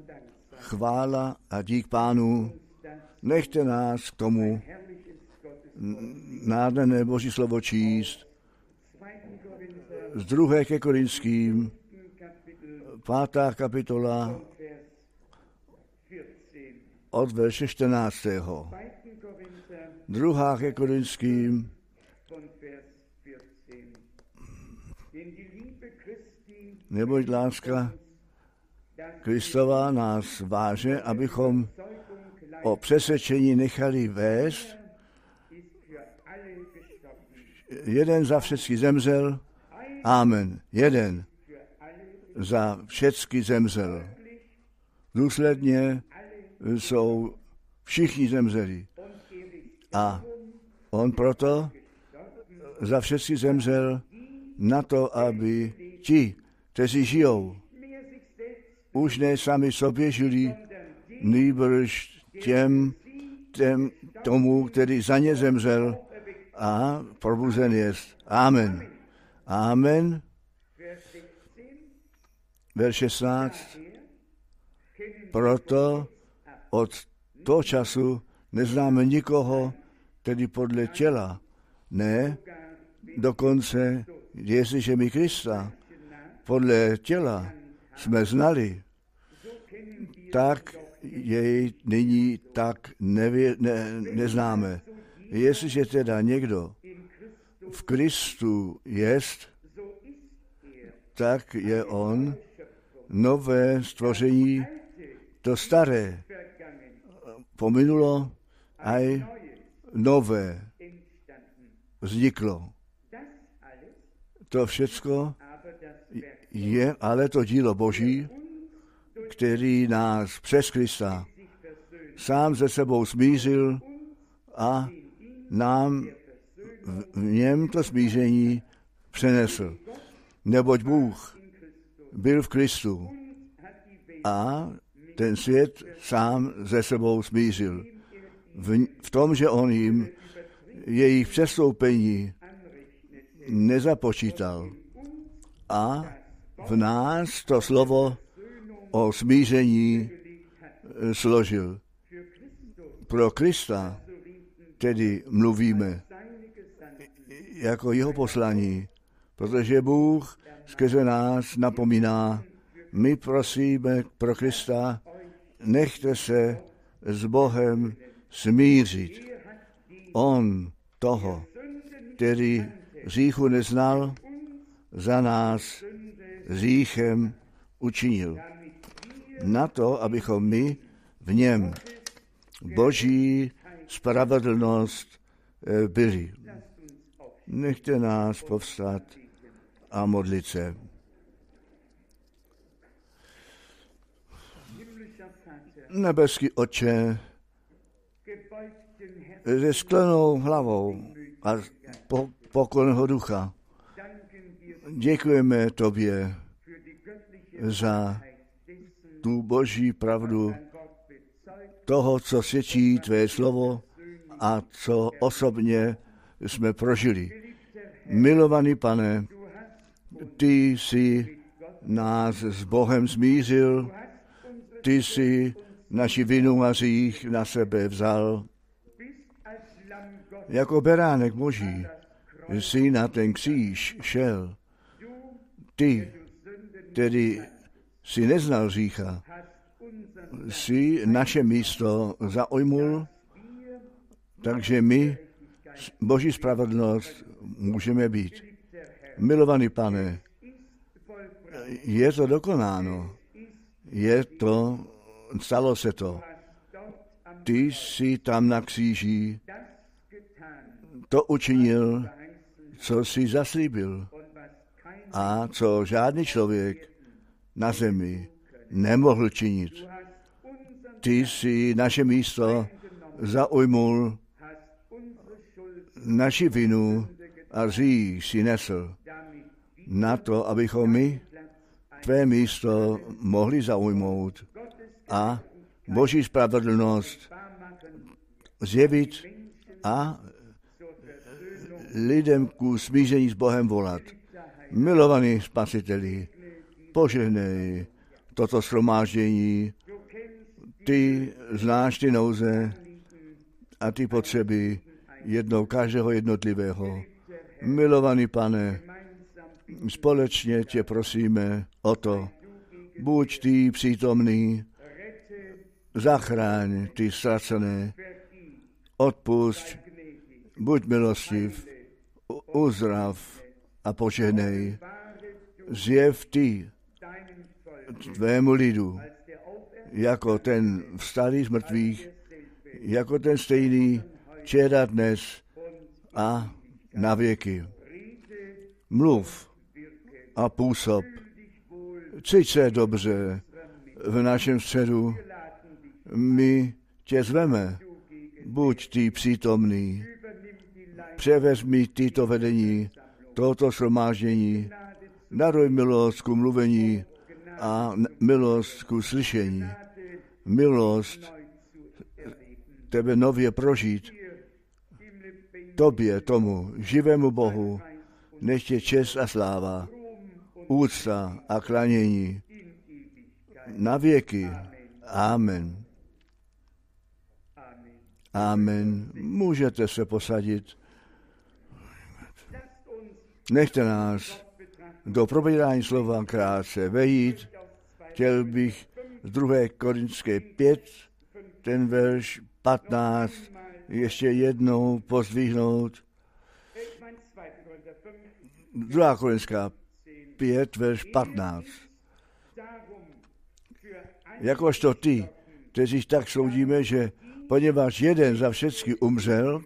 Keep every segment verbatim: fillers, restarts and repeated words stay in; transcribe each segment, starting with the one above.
Chvála a dík Pánu. Nechte nás k tomu nádherné Boží slovo číst z druhé ke Korinským, pátá kapitola od verše čtrnáctého. Druhá ke Korinským, neboť láska Kristova nás váže, abychom o přesvědčení nechali vést. Jeden za všecky zemřel, amen. Jeden za všecky zemřel. Důsledně jsou všichni zemřeli. A on proto za všecky zemřel na to, aby ti, kteří žijou, už ne sami sobě žili, nýbrž těm, těm tomu, který za ně zemřel a probuzen jest. Amen. Amen. Verš šestnáct. Proto od toho času neznáme nikoho, tedy podle těla. Ne, dokonce, jestliže my Krista podle těla jsme znali, tak jej nyní tak nevě, ne, neznáme. Jestliže teda někdo v Kristu jest, tak je on nové stvoření, to staré pominulo a nové vzniklo. To všecko je ale to dílo Boží, který nás přes Krista sám ze sebou smířil a nám v něm to smíření přenesl. Neboť Bůh byl v Kristu a ten svět sám ze sebou smířil. V, v tom, že on jim jejich přestoupení nezapočítal. A v nás to slovo o smíření složil. Pro Krista tedy mluvíme jako jeho poslaní, protože Bůh skrze nás napomíná. My prosíme pro Krista, nechte se s Bohem smířit. On toho, který hříchu neznal, za nás hříchem učinil. Na to, abychom my v něm Boží spravedlnost byli. Nechte nás povstat a modlit se. Nebeský Otče, se sklenou hlavou a pokorného ducha děkujeme Tobě za tu Boží pravdu toho, co svědčí Tvé slovo a co osobně jsme prožili. Milovaný Pane, Ty jsi nás s Bohem smířil, Ty jsi naši vinu a hřích na sebe vzal. Jako beránek Boží jsi na ten kříž šel. Ty, který jsi neznal hřícha, jsi naše místo zaujmul, takže my Boží spravedlnost můžeme být. Milovaný Pane, je to dokonáno, je to, stalo se to. Ty jsi tam na kříži to učinil, co jsi zaslíbil a co žádný člověk na zemi nemohl činit. Ty jsi naše místo zaujmul, naši vinu a hřích si nesl na to, abychom my tvé místo mohli zaujmout a Boží spravedlnost zjevit a lidem ku smíření s Bohem volat. Milovaný Spasiteli, požehnej toto shromáždění ty znáš ty nouze a ty potřeby jednou každého jednotlivého. Milovaný Pane, společně tě prosíme o to, buď ty přítomný, zachráň ty ztracené, odpusť, buď milostiv, uzdrav a požehnej. Zjev ty tvému lidu, jako ten vstalý z mrtvých, jako ten stejný včera, dnes a na věky. Mluv a působ. Cíť se dobře v našem středu. My tě zveme. Buď ty přítomný. Převezmi tyto vedení, tohoto shromáždění. Daruj milost ku mluvení a milost ku slyšení. Milost tebe nově prožít. Tobě, tomu živému Bohu, nech je čest a sláva, úcta a klanění na věky. Amen. Amen. Můžete se posadit. Nechte nás do probírání slova krátce vejít. Chtěl bych z druhé Korinské pět, ten verš patnáct, ještě jednou pozdvihnout. druhá Korinská pět, verš patnáct. Jakožto ty, kteří tak soudíme, že poněvadž jeden za všechny umřel,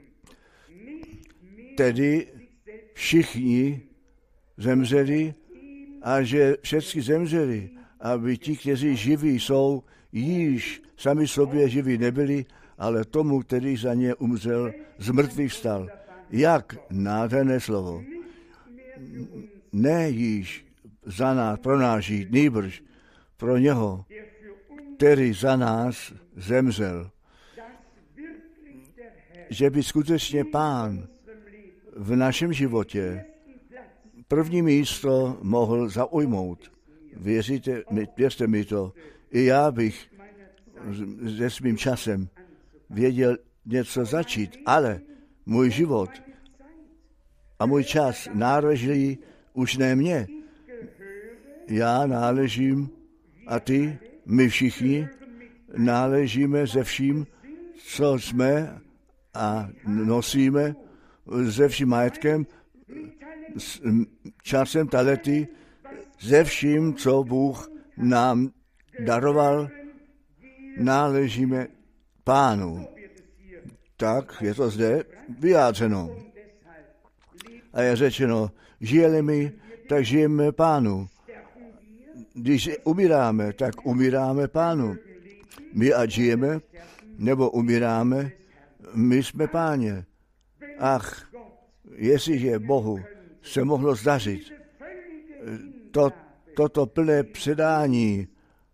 tedy všichni zemřeli a že všechny zemřeli, aby ti, kteří živí jsou, již sami sobě živí nebyli, ale tomu, který za ně umřel, z mrtvých vstal. Jak nádherné slovo. Ne již za nás, pro nás žít, nýbrž pro něho, který za nás zemřel. Že by skutečně Pán v našem životě první místo mohl zaujmout. Věříte, věřte mi to. I já bych se svým časem věděl něco začít, ale můj život a můj čas náleží už ne mně. Já náležím a ty, my všichni, náležíme ze vším, co jsme a nosíme, ze vším majetkem, s časem, talety, ze vším, co Bůh nám daroval, náležíme Pánu. Tak je to zde vyjádřeno. A je řečeno, žijeli my, tak žijeme Pánu. Když umíráme, tak umíráme Pánu. My ať žijeme, nebo umíráme, my jsme Páně. Ach, jestliže Bohu se mohlo zdařit to, toto plné předání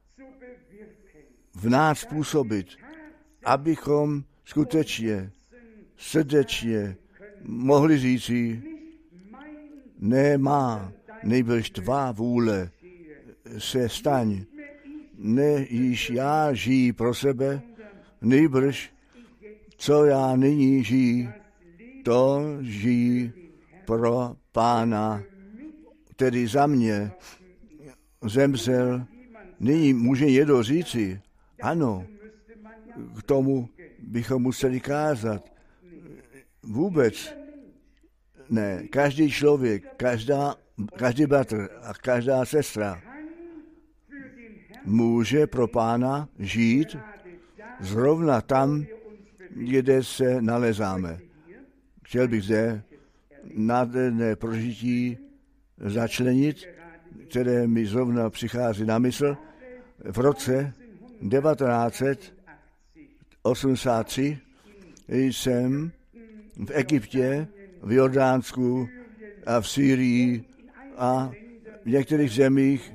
v nás působit, abychom skutečně, srdečně mohli říci, ne má, nejbrž tvá vůle se staň, ne již já žijí pro sebe, nejbrž co já nyní žijí, to žijí pro Pána, který za mě zemřel. Nyní může někdo říci, ano, k tomu bychom museli kázat. Vůbec ne. Každý člověk, každá, každý bratr a každá sestra může pro Pána žít zrovna tam, kde se nalezáme. Chtěl bych zde nádherné prožití začlenit, které mi zrovna přichází na mysl. V roce devatenáct osmdesát tři jsem v Egyptě, v Jordánsku a v Sýrii a v některých zemích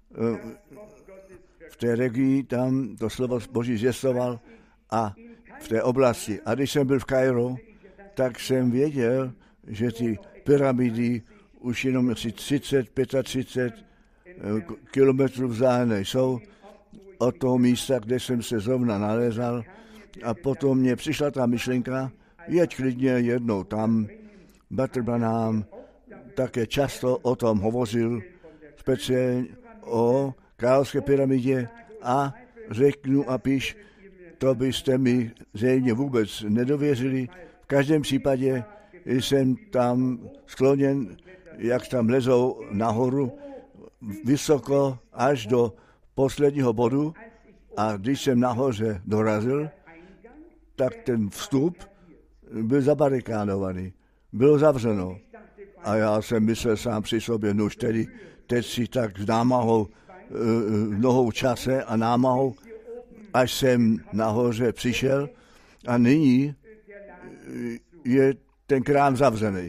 v té regii tam to slovo Boží zvěstoval a v té oblasti. A když jsem byl v Kairu, tak jsem věděl, že ty pyramidy už jenom asi třicet, třicet pět kilometrů vzdálené jsou od toho místa, kde jsem se zrovna nalézal, a potom mě přišla ta myšlenka, jeď klidně jednou tam. Bratr Branham také často o tom hovořil, speciálně o Královské pyramidě, a řeknu a píš, to byste mi zřejmě vůbec nedověřili. V každém případě jsem tam skloněn, jak tam lezou nahoru, vysoko až do posledního bodu, a když jsem nahoře dorazil, tak ten vstup byl zabarikádovaný, bylo zavřeno. A já jsem myslel sám při sobě, no už tedy teď si tak s námahou, mnohou čase a námahou, až jsem nahoře přišel, a nyní je ten krám zavřený.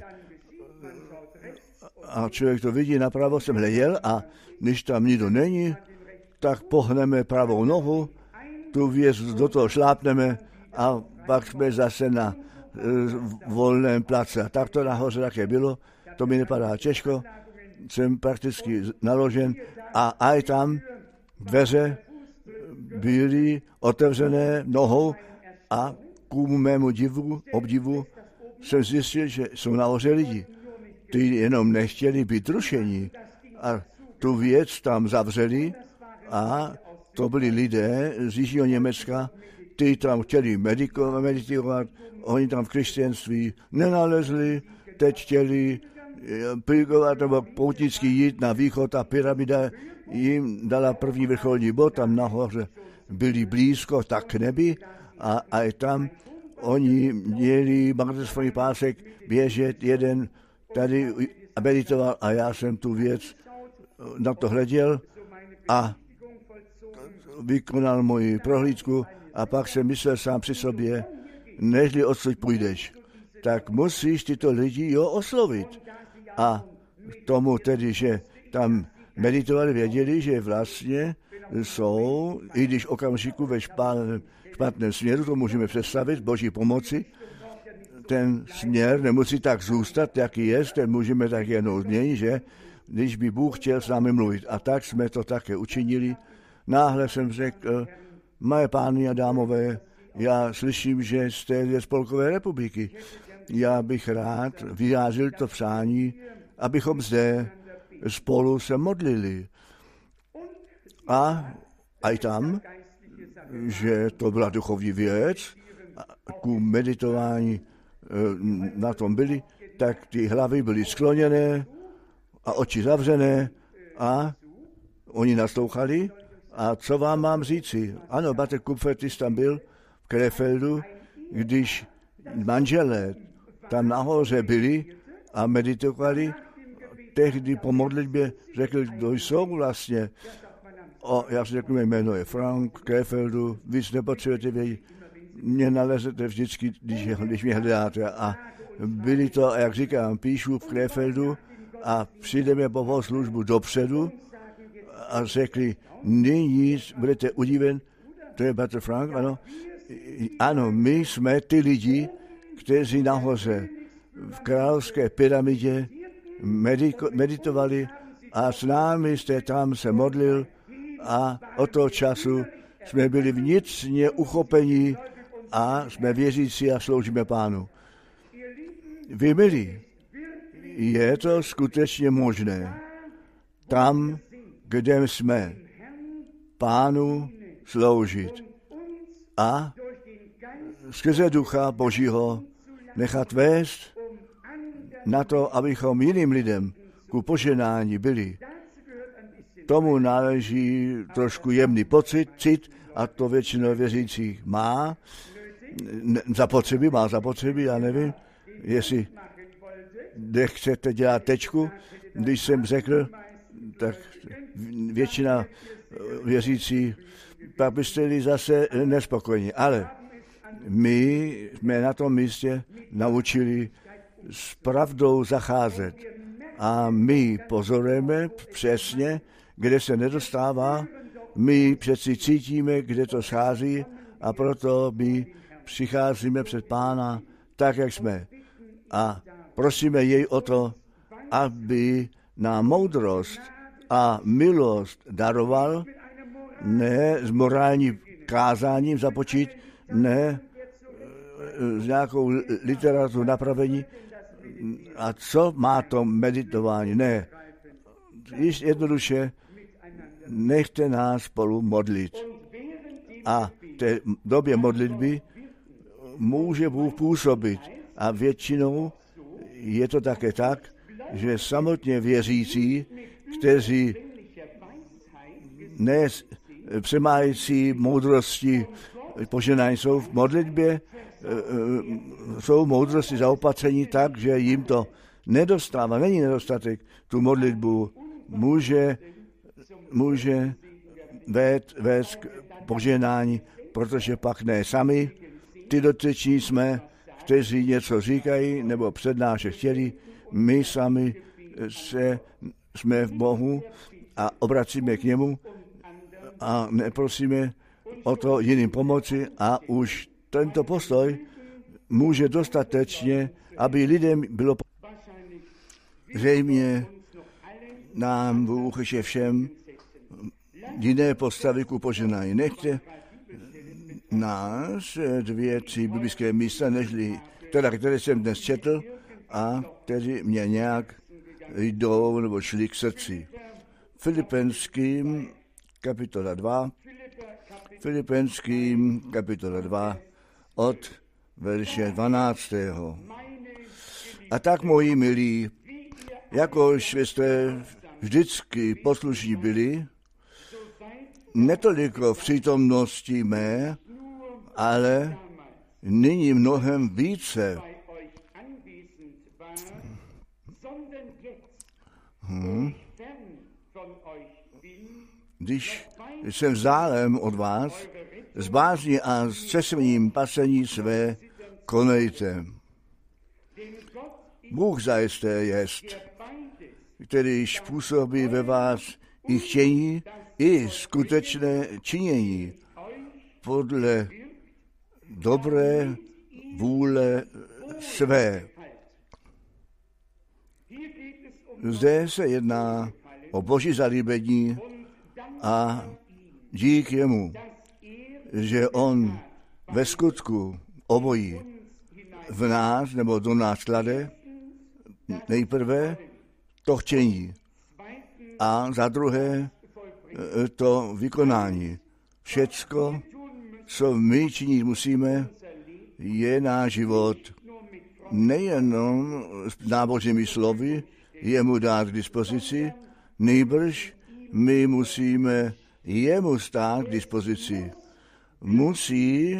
A člověk to vidí, napravo jsem hleděl, a když tam nikdo není, tak pohneme pravou nohu, tu věc do toho šlápneme a pak jsme zase na e, volném place. A tak to nahoře také bylo, to mi nepadá těžko, jsem prakticky naložen, a aj tam dveře byly otevřené nohou, a ku mému divu, obdivu jsem zjistil, že jsou nahoře lidi. Ty jenom nechtěli být rušení a tu věc tam zavřeli, a to byli lidé z Jižního Německa, ty tam chtěli mediko, meditovat, oni tam v křesťanství nenalezli, teď chtěli pilgovat nebo poutnicky jít na východ, a pyramida jim dala první vrcholní bod, tam nahoře byli blízko tak k nebi, a, a i tam oni měli magnetofony pásek běžet, jeden tady meditoval, a já jsem tu věc na to hleděl a vykonal moji prohlídku, a pak jsem myslel sám při sobě, nežli odsud půjdeš, tak musíš tyto lidi jo oslovit. A tomu tedy, že tam meditovali, věděli, že vlastně jsou, i když okamžiku ve špatném, špatném směru, to můžeme představit, Boží pomoci, ten směr nemusí tak zůstat, jaký je, ten můžeme tak jenom změnit, že když by Bůh chtěl s námi mluvit. A tak jsme to také učinili. Náhle jsem řekl, moje pány a dámové, já slyším, že jste ze Spolkové republiky. Já bych rád vyjádřil to přání, abychom zde spolu se modlili. A aj tam, že to byla duchovní věc, ku meditování na tom byli, tak ty hlavy byly skloněné a oči zavřené, a oni naslouchali. A co vám mám říci? Ano, Bratr Kupfertis tam byl v Krefeldu, když manželé tam nahoře byli a meditovali, tehdy po modlitbě řekl, kdo jsou vlastně. O, já si řeknu, jméno je Frank, Krefeldu, víc nepotřebujete vědět, mě nalezete vždycky, když, když mě hledáte. A byli to, jak říkám, píšu v Krefeldu, a přijdeme po bohoslužbu dopředu a řekli, nyní budete udiven, to je Bratr Frank, ano, ano, my jsme ty lidi, kteří nahoře v Královské pyramidě mediko, meditovali, a s námi jste tam se modlil, a od toho času jsme byli vnitřně uchopeni a jsme věřící a sloužíme Pánu. Vy milí, je to skutečně možné. Tam, kde jsme, Pánu sloužit a skrze Ducha Božího nechat vést na to, abychom jiným lidem ku poženání byli. Tomu náleží trošku jemný pocit, cit, a to většinou věřících má. Zapotřebí, má zapotřebí, já nevím, jestli nechcete dělat tečku. Když jsem řekl, tak většina věřící, pak byste byli zase nespokojení. Ale my jsme na tom místě naučili s pravdou zacházet. A my pozorujeme přesně, kde se nedostává, my přeci cítíme, kde to schází, a proto my přicházíme před Pána tak, jak jsme. A prosíme jej o to, aby nám moudrost a milost daroval, ne s morálním kázáním započít, ne s nějakou literaturou napravení. A co má to meditování? Ne. Již jednoduše nechte nás spolu modlit. A v té době modlitby může Bůh působit. A většinou je to také tak, že samotně věřící, kteří ne přemáhající moudrosti poženání jsou v modlitbě, jsou moudrosti zaopatření tak, že jim to nedostává, není nedostatek, tu modlitbu může, může vést, vést k poženání, protože pak ne sami, ty dotyční jsme, kteří něco říkají nebo přednášet chtěli, my sami se, jsme v Bohu a obracíme k němu a neprosíme o to jiným pomoci a už tento postoj může dostatečně, aby lidem bylo zřejmě nám Bůh ještě všem jiné postavy ku poženání. Nechte nás dvě, tři biblické místa, nežli, teda, které jsem dnes četl a které mě nějak jdou nebo šli k srdci. Filipenským kapitola dva, Filipenským kapitola dva od verše dvanáctého. A tak, moji milí, jakož jste vždycky poslušní byli, netoliko v přítomnosti mé, ale nyní mnohem více. Hmm. Když jsem vzdálen od vás, s bázní a s česvením pasení své konejte. Bůh zajisté jest, kterýž působí ve vás i chtění, i skutečné činění podle dobré vůle své. Zde se jedná o Boží zalíbení a dík jemu, že on ve skutku obojí v nás nebo do nás klade nejprve to chtění a za druhé to vykonání. Všecko, co my činit musíme, je náš život nejenom s nábožnými slovy, jemu dát k dispozici, nejbrž my musíme jemu stát k dispozici. Musí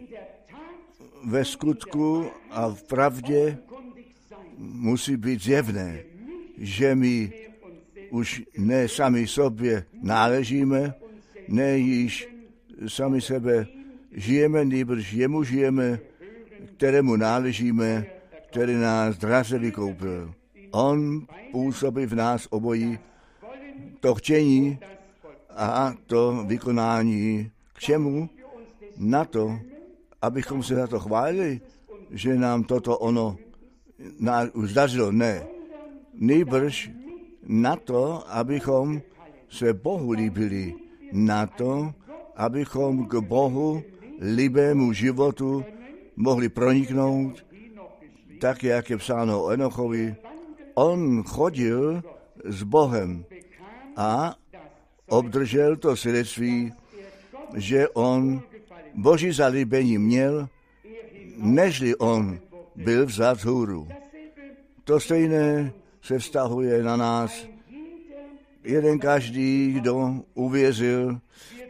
ve skutku a v pravdě musí být zjevné, že my už ne sami sobě náležíme, ne již sami sebe žijeme, nýbrž jemu žijeme, kterému náležíme, který nás draze vykoupil. On působí v nás obojí, to chtění a to vykonání. K čemu? Na to, abychom se za to chválili, že nám toto ono už zdařilo. Ne. Nýbrž na to, abychom se Bohu líbili. Na to, abychom k Bohu libému životu mohli proniknout, tak, jak je psáno o Enochovi. On chodil s Bohem a obdržel to svědectví, že on Boží zalíbení měl, nežli on byl vzat hůru. To stejné se vztahuje na nás. Jeden každý, kdo uvěřil,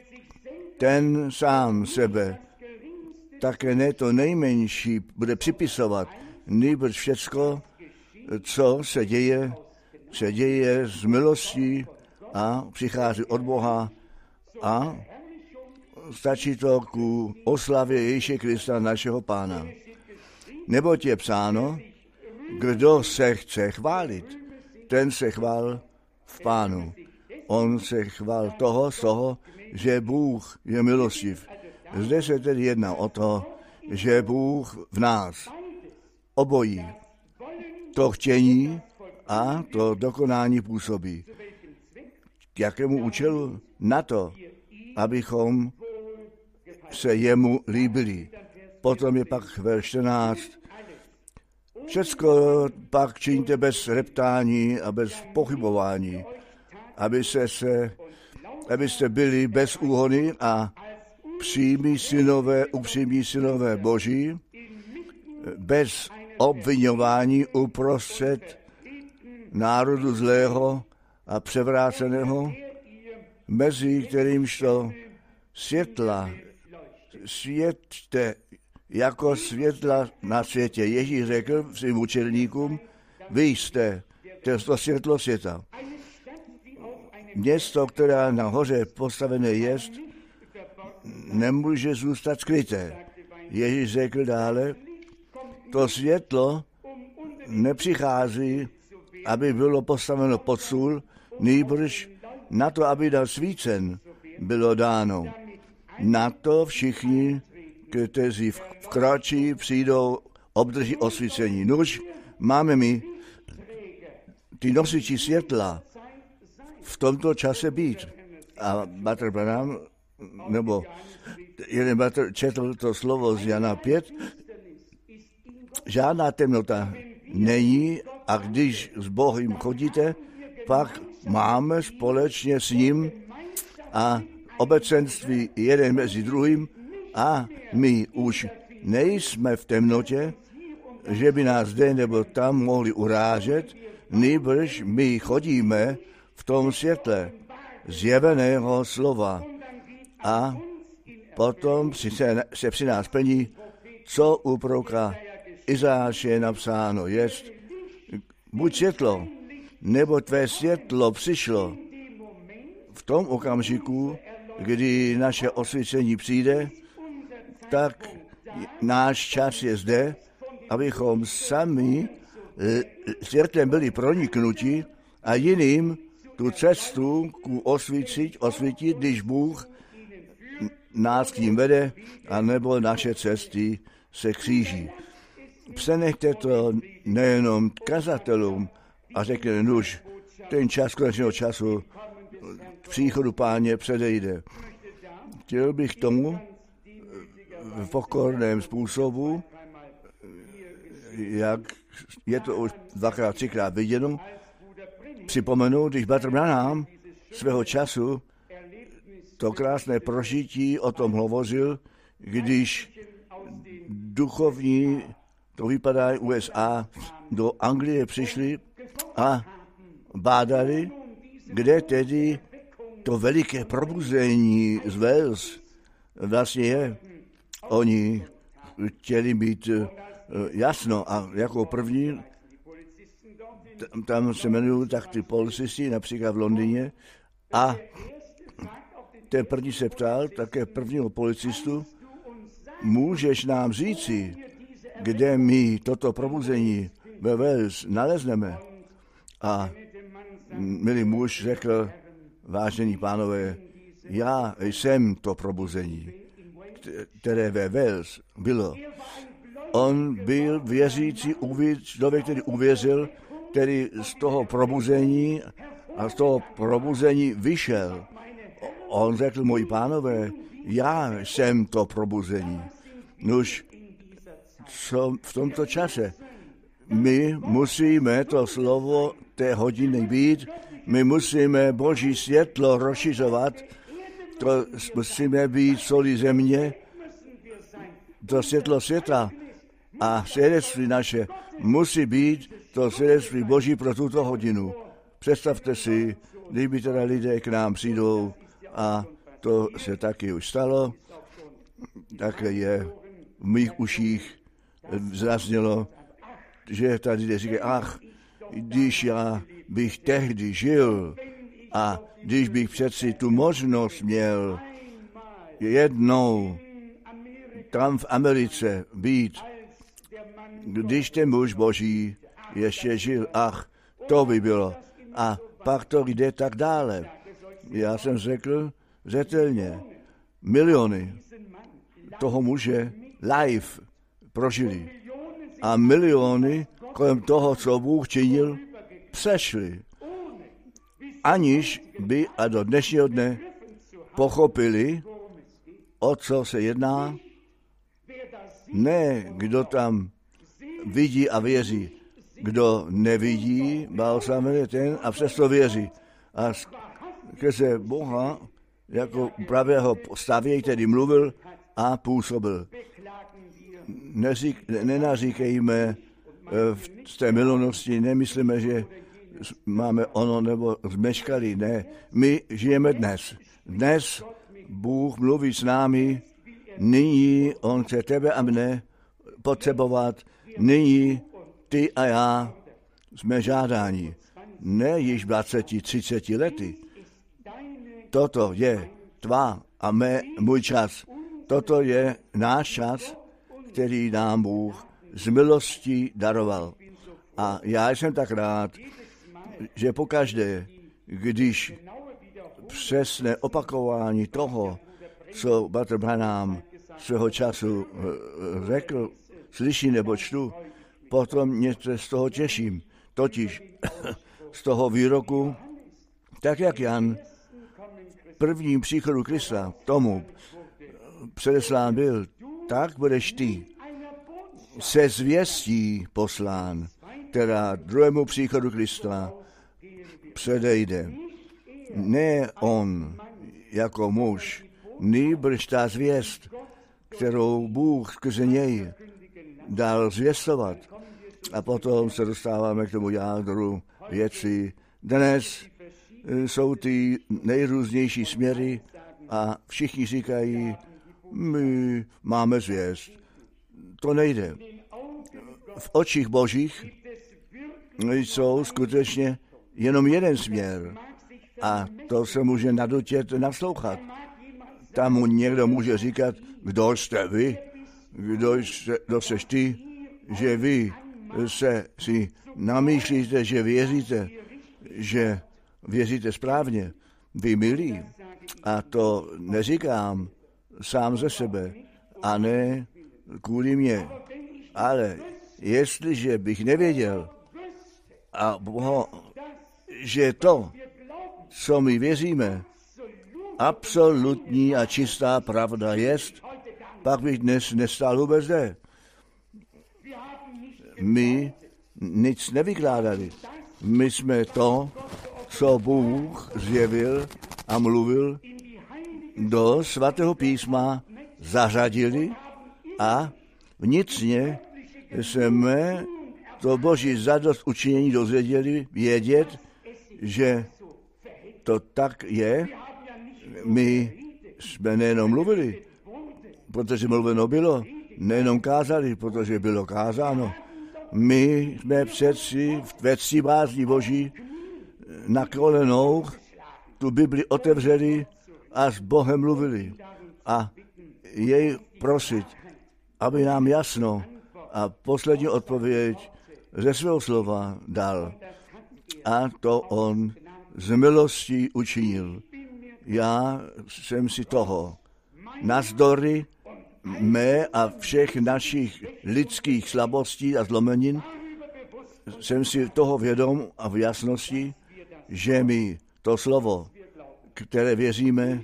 ten sám sebe také ne to nejmenší bude připisovat, nýbrž všecko, co se děje, se děje z milostí a přichází od Boha a stačí to ku oslavě Ježíše Krista, našeho Pána. Neboť je psáno, kdo se chce chválit, ten se chvál v Pánu. On se chvál toho z toho, že Bůh je milostiv. Zde se tedy jedná o to, že Bůh v nás obojí to chtění a to dokonání působí. K jakému účelu? Na to, abychom se jemu líbili. Potom je pak verš čtrnáct. Všecko pak čiňte bez reptání a bez pochybování, aby se se, abyste byli bez úhony a přímí synové, upřímní synové Boží, bez obviňování uprostřed národu zlého a převráceného, mezi kterýmž to světla, světte jako světla na světě. Ježíš řekl svým učedníkům, vy jste to světlo světa. Město, které nahoře postavené jest, nemůže zůstat skryté. Ježíš řekl dále, to světlo nepřichází, aby bylo postaveno pod stůl, nýbrž na to, aby dal svícen, bylo dáno. Na to všichni, kteří vkročí, přijdou, obdrží osvícení. Nuž, máme my ty nosiči světla v tomto čase být. A Bratr Branham, nebo jeden bratr četl to slovo z Jana pět, žádná temnota není a když s Bohem chodíte, pak máme společně s ním a obecenství jeden mezi druhým a my už nejsme v temnotě, že by nás zde nebo tam mohli urážet, nýbrž my chodíme v tom světle zjeveného slova a potom se, se při nás plní, co u proroka Izáše je napsáno, jest, buď světlo, nebo tvé světlo přišlo v tom okamžiku, kdy naše osvícení přijde, tak náš čas je zde, abychom sami světlem byli proniknuti a jiným tu cestu ku osvítit, osvítit, když Bůh nás k ním vede, anebo naše cesty se kříží. Přenechte to nejenom kazatelům a řekne, nuž, ten čas konečného času příchodu Páně předejde. Chtěl bych tomu v pokorném způsobu, jak je to už dvakrát, třikrát viděno, připomenout, když Bratr Branham svého času to krásné prožití o tom hovořil, když duchovní, to vypadá U S A, do Anglie přišli a bádali, kde tedy to veliké probuzení z Wales vlastně je. Oni chtěli mít jasno a jako první, tam se jmenují tak ty policisti, například v Londýně, a ten první se ptal, také prvního policistu, můžeš nám říci, kde my toto probuzení ve Wales nalezneme? A milý muž řekl, vážení pánové, já jsem to probuzení, které ve Wales bylo. On byl věřící člověk, který uvěřil, který z toho probuzení a z toho probuzení vyšel. On řekl, moji pánové, já jsem to probuzení. Nuž, co v tomto čase? My musíme to slovo té hodiny být, my musíme Boží světlo rozšiřovat, to musíme být soli země, to světlo světa a svědectví naše musí být to svědectví Boží pro tuto hodinu. Představte si, kdyby teda lidé k nám přijdou a to se taky už stalo, také je v mých uších zaznělo, že tady lidé říkají, ach, když já bych tehdy žil a když bych přeci tu možnost měl jednou tam v Americe být, když ten muž Boží ještě žil, ach, to by bylo. A pak to jde tak dále. Já jsem řekl zřetelně, miliony toho muže live prožili. A miliony kolem toho, co Bůh činil, přešli. Aniž by a do dnešního dne pochopili, o co se jedná. Ne, kdo tam vidí a věří. Kdo nevidí, blahoslavený ten a přesto věří. A skrze Boha, jako pravého stavěj, tedy mluvil a působil. Neřík, nenaříkejme v té milosti, nemyslíme, že máme ono nebo zmeškali. Ne, my žijeme dnes. Dnes Bůh mluví s námi, nyní on chce tebe a mne potřebovat, nyní ty a já jsme žádáni. Ne již dvacet, třicet lety. Toto je tvá a mé, můj čas. Toto je náš čas, který nám Bůh z milostí daroval. A já jsem tak rád, že pokaždé, když přesné opakování toho, co bratr Branham svého času řekl, slyší nebo čtu, potom mě z toho těším. Totiž z toho výroku, tak jak Jan prvním příchodu Krista tomu předeslán byl, tak budeš ty se zvěstí poslán, která druhému příchodu Krista předejde. Ne on jako muž, nýbrž ta zvěst, kterou Bůh skrze něj dal zvěstovat. A potom se dostáváme k tomu jádru věci. Dnes jsou ty nejrůznější směry a všichni říkají, my máme zvěst. To nejde. V očích Božích jsou skutečně jenom jeden směr a to se může nadutět naslouchat. Tam mu někdo může říkat, kdo jste vy, kdo, jste, kdo seš ty, že vy se si namýšlíte, že věříte, že věříte správně. Vy milí. A to neříkám sám ze sebe a ne kvůli mě. Ale jestliže bych nevěděl, a boho, že to, co my věříme, absolutní a čistá pravda jest, pak bych dnes nestál vůbec zde. My nic nevykládali. My jsme to, co Bůh zjevil a mluvil, do svatého písma zařadili a vnitřně jsme to Boží zadost učinění dozvěděli, vědět, že to tak je. My jsme nejenom mluvili, protože mluveno bylo, nejenom kázali, protože bylo kázáno. My jsme přeci ve cti bázní Boží na kolenou tu Bibli otevřeli a s Bohem mluvili. A jej prosit, aby nám jasno a poslední odpověď ze svého slova dal. A to on z milostí učinil. Já jsem si toho navzdory mé a všech našich lidských slabostí a zlomenin, jsem si toho vědom a v jasnosti, že my to slovo, které věříme,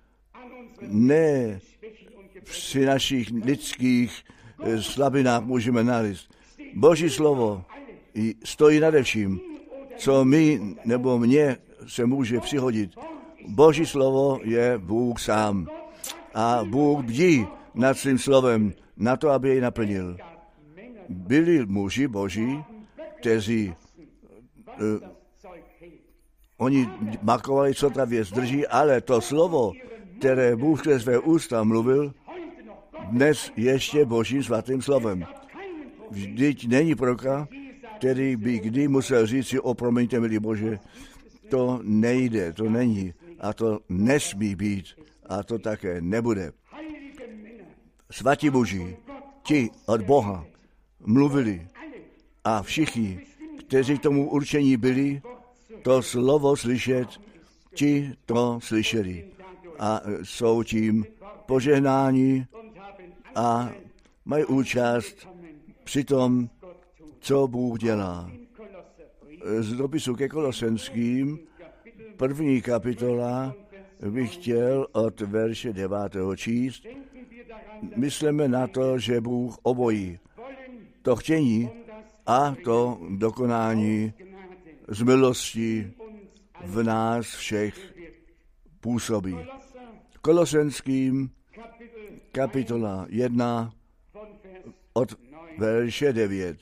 ne při našich lidských slabinách můžeme nalézt. Boží slovo stojí nade vším, co my nebo mně se může přihodit. Boží slovo je Bůh sám. A Bůh bdí nad svým slovem na to, aby jej naplnil. Byli muži Boží, kteří uh, oni makovali, co ta věc drží, ale to slovo, které Bůh přes své ústa mluvil, dnes ještě Božím svatým slovem. Vždyť není proroka, který by kdy musel říct si, o promiňte, milý Bože, to nejde, to není a to nesmí být a to také nebude. Svatí muži, ti od Boha mluvili a všichni, kteří k tomu určení byli, to slovo slyšet, ti to slyšeli a jsou tím požehnáni a mají účast při tom, co Bůh dělá. Z dopisu ke Kolosenským, první kapitola bych chtěl od verše devátého číst. Myslíme na to, že Bůh obojí. To chtění a to dokonání z milosti v nás všech působí. Kolosenským kapitola jedna od verše devět.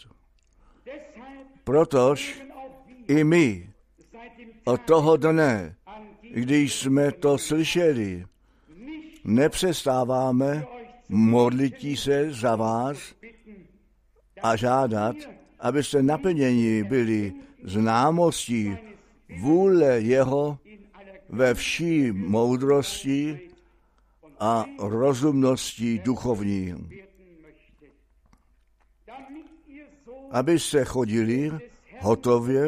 Protož i my od toho dne, když jsme to slyšeli, nepřestáváme modlit se za vás a žádat, abyste naplněni byli známostí vůle jeho ve vší moudrosti a rozumnosti duchovní. Abyste chodili hotově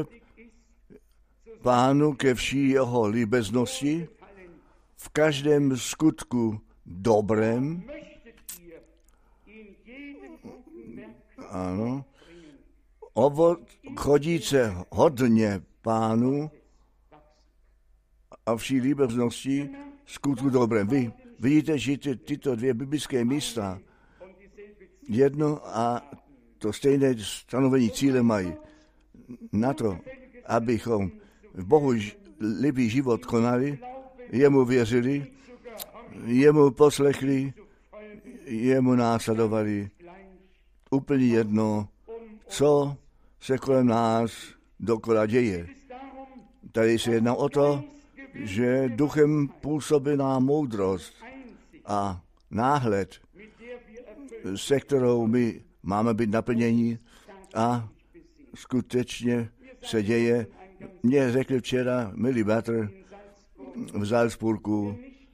Pánu ke vší jeho líbeznosti v každém skutku dobrém, ano, ovo chodíce hodně Pánu a vší líbeznosti skutku dobrém. Vy vidíte, že ty, tyto dvě biblické místa jedno a to stejné stanovení cíle mají na to, abychom v Bohu líbý život konali, jemu věřili, jemu poslechli, jemu následovali. Úplně jedno, co se kolem nás dokola děje. Tady se jedná o to, že duchem působí nám moudrost a náhled, se kterou my máme být naplnění a skutečně se děje. Mně řekl včera milý bratr v Salzburgu,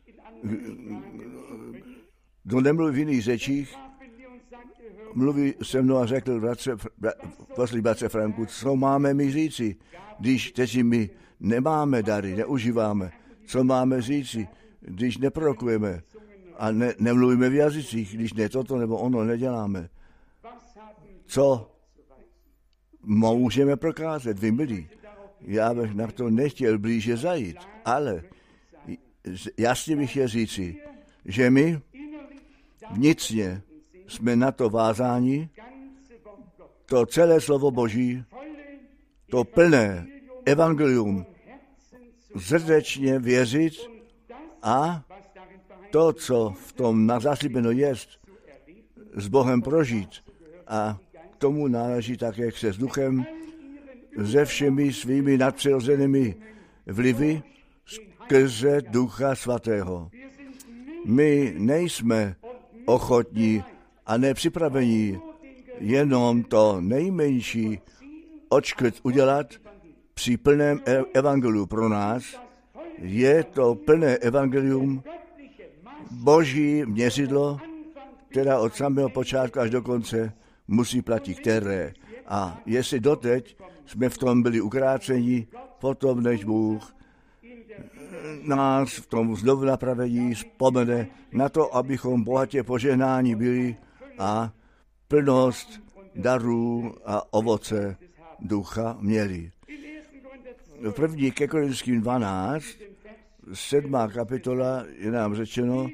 kdo nemluví v jiných řečích, mluví se mnou a řekl, bratře, poslí bratře Franku, co máme mi říci, když teď my nemáme dary, neužíváme, co máme říci, když neprorokujeme a ne, nemluvíme v jazycích, když ne toto nebo ono neděláme. Co můžeme prokázat, vy milí? Já bych na to nechtěl blíže zajít, ale jasně bych chtěl říci, že my vnitřně jsme na to vázáni, to celé slovo Boží, to plné evangelium srdečně věřit a to, co v tom zaslíbeno jest, s Bohem prožít. A k tomu náleží také se s duchem, se všemi svými nadpřirozenými vlivy skrze Ducha Svatého. My nejsme ochotní a nepřipravení jenom to nejmenší odškrt udělat při plném evangeliu pro nás. Je to plné evangelium, Boží měřidlo, která od samého počátku až do konce musí platit, které. A jestli doteď jsme v tom byli ukráceni, potom než Bůh nás v tom znovu napravení vzpomene na to, abychom bohatě požehnáni byli a plnost darů a ovoce ducha měli. V první ke Korinským dvanáct, sedmá kapitola, je nám řečeno,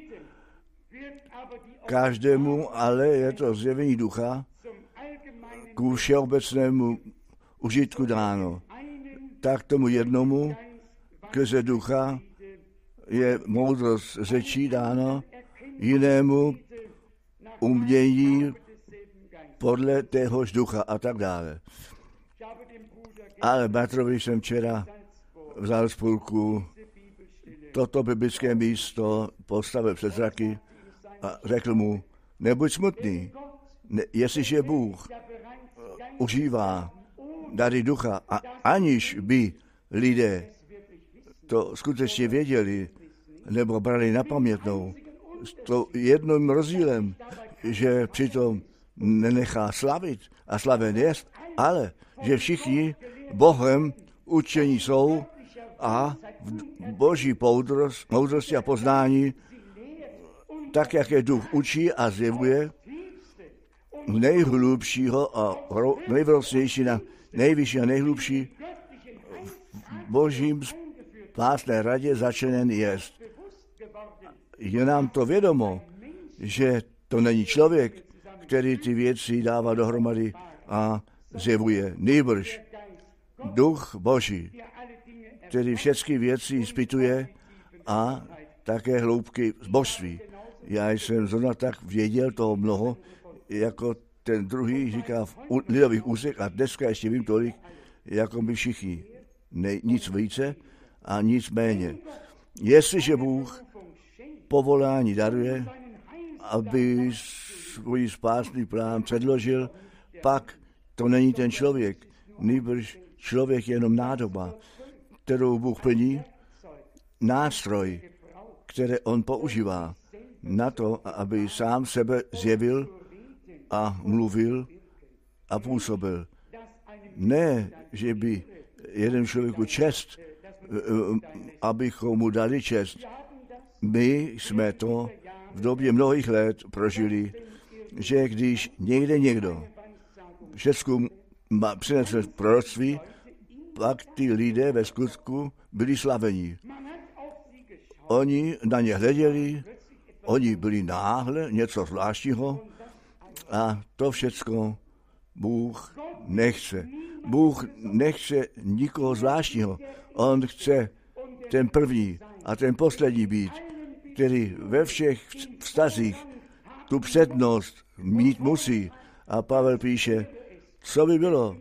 každému ale je to zjevení ducha ku všeobecnému užitku dáno. Tak tomu jednomu skrze ducha je moudrost řečí dáno, jinému umění podle téhož ducha a tak dále. Ale bratrovi jsem včera v Salzburgu toto biblické místo postavil před zraky a řekl mu, nebuď smutný, ne, jestliže Bůh užívá dary ducha a aniž by lidé to skutečně věděli nebo brali na pamětnou, s to jedním rozdílem, že přitom nenechá slavit a slaven jest, ale že všichni Bohem učení jsou a v Boží moudrost, moudrosti a poznání, tak jak je duch učí a zjevuje, nejhlubšího a nejvrostnější na nejvyšší a nejhlubší v Božím spásné radě začleněn jest. je nám to vědomo, že to není člověk, který ty věci dává dohromady a zjevuje. Nýbrž Duch Boží, který všechny věci ispituje a také hloubky božství. Já jsem zrovna tak věděl toho mnoho, jako ten druhý říká v lidových úzech a dneska ještě vím tolik, jako my všichni. Ne, nic více a nic méně. Jestliže Bůh povolání daruje, aby svůj spásný plán předložil, pak to není ten člověk. Nýbrž člověk je jenom nádoba, kterou Bůh plní, nástroj, který on používá na to, aby sám sebe zjevil a mluvil a působil. Ne, že by jeden člověku čest, abychom mu dali čest. My jsme to v době mnohých let prožili, že když někde někdo všechno přinesl proroctví, pak ty lidé ve skutku byli slavení. Oni na ně hleděli, oni byli náhle něco zvláštního a to všecko Bůh nechce. Bůh nechce nikoho zvláštního. On chce ten první a ten poslední být, který ve všech vztazích tu přednost mít musí. A Pavel píše, co by bylo,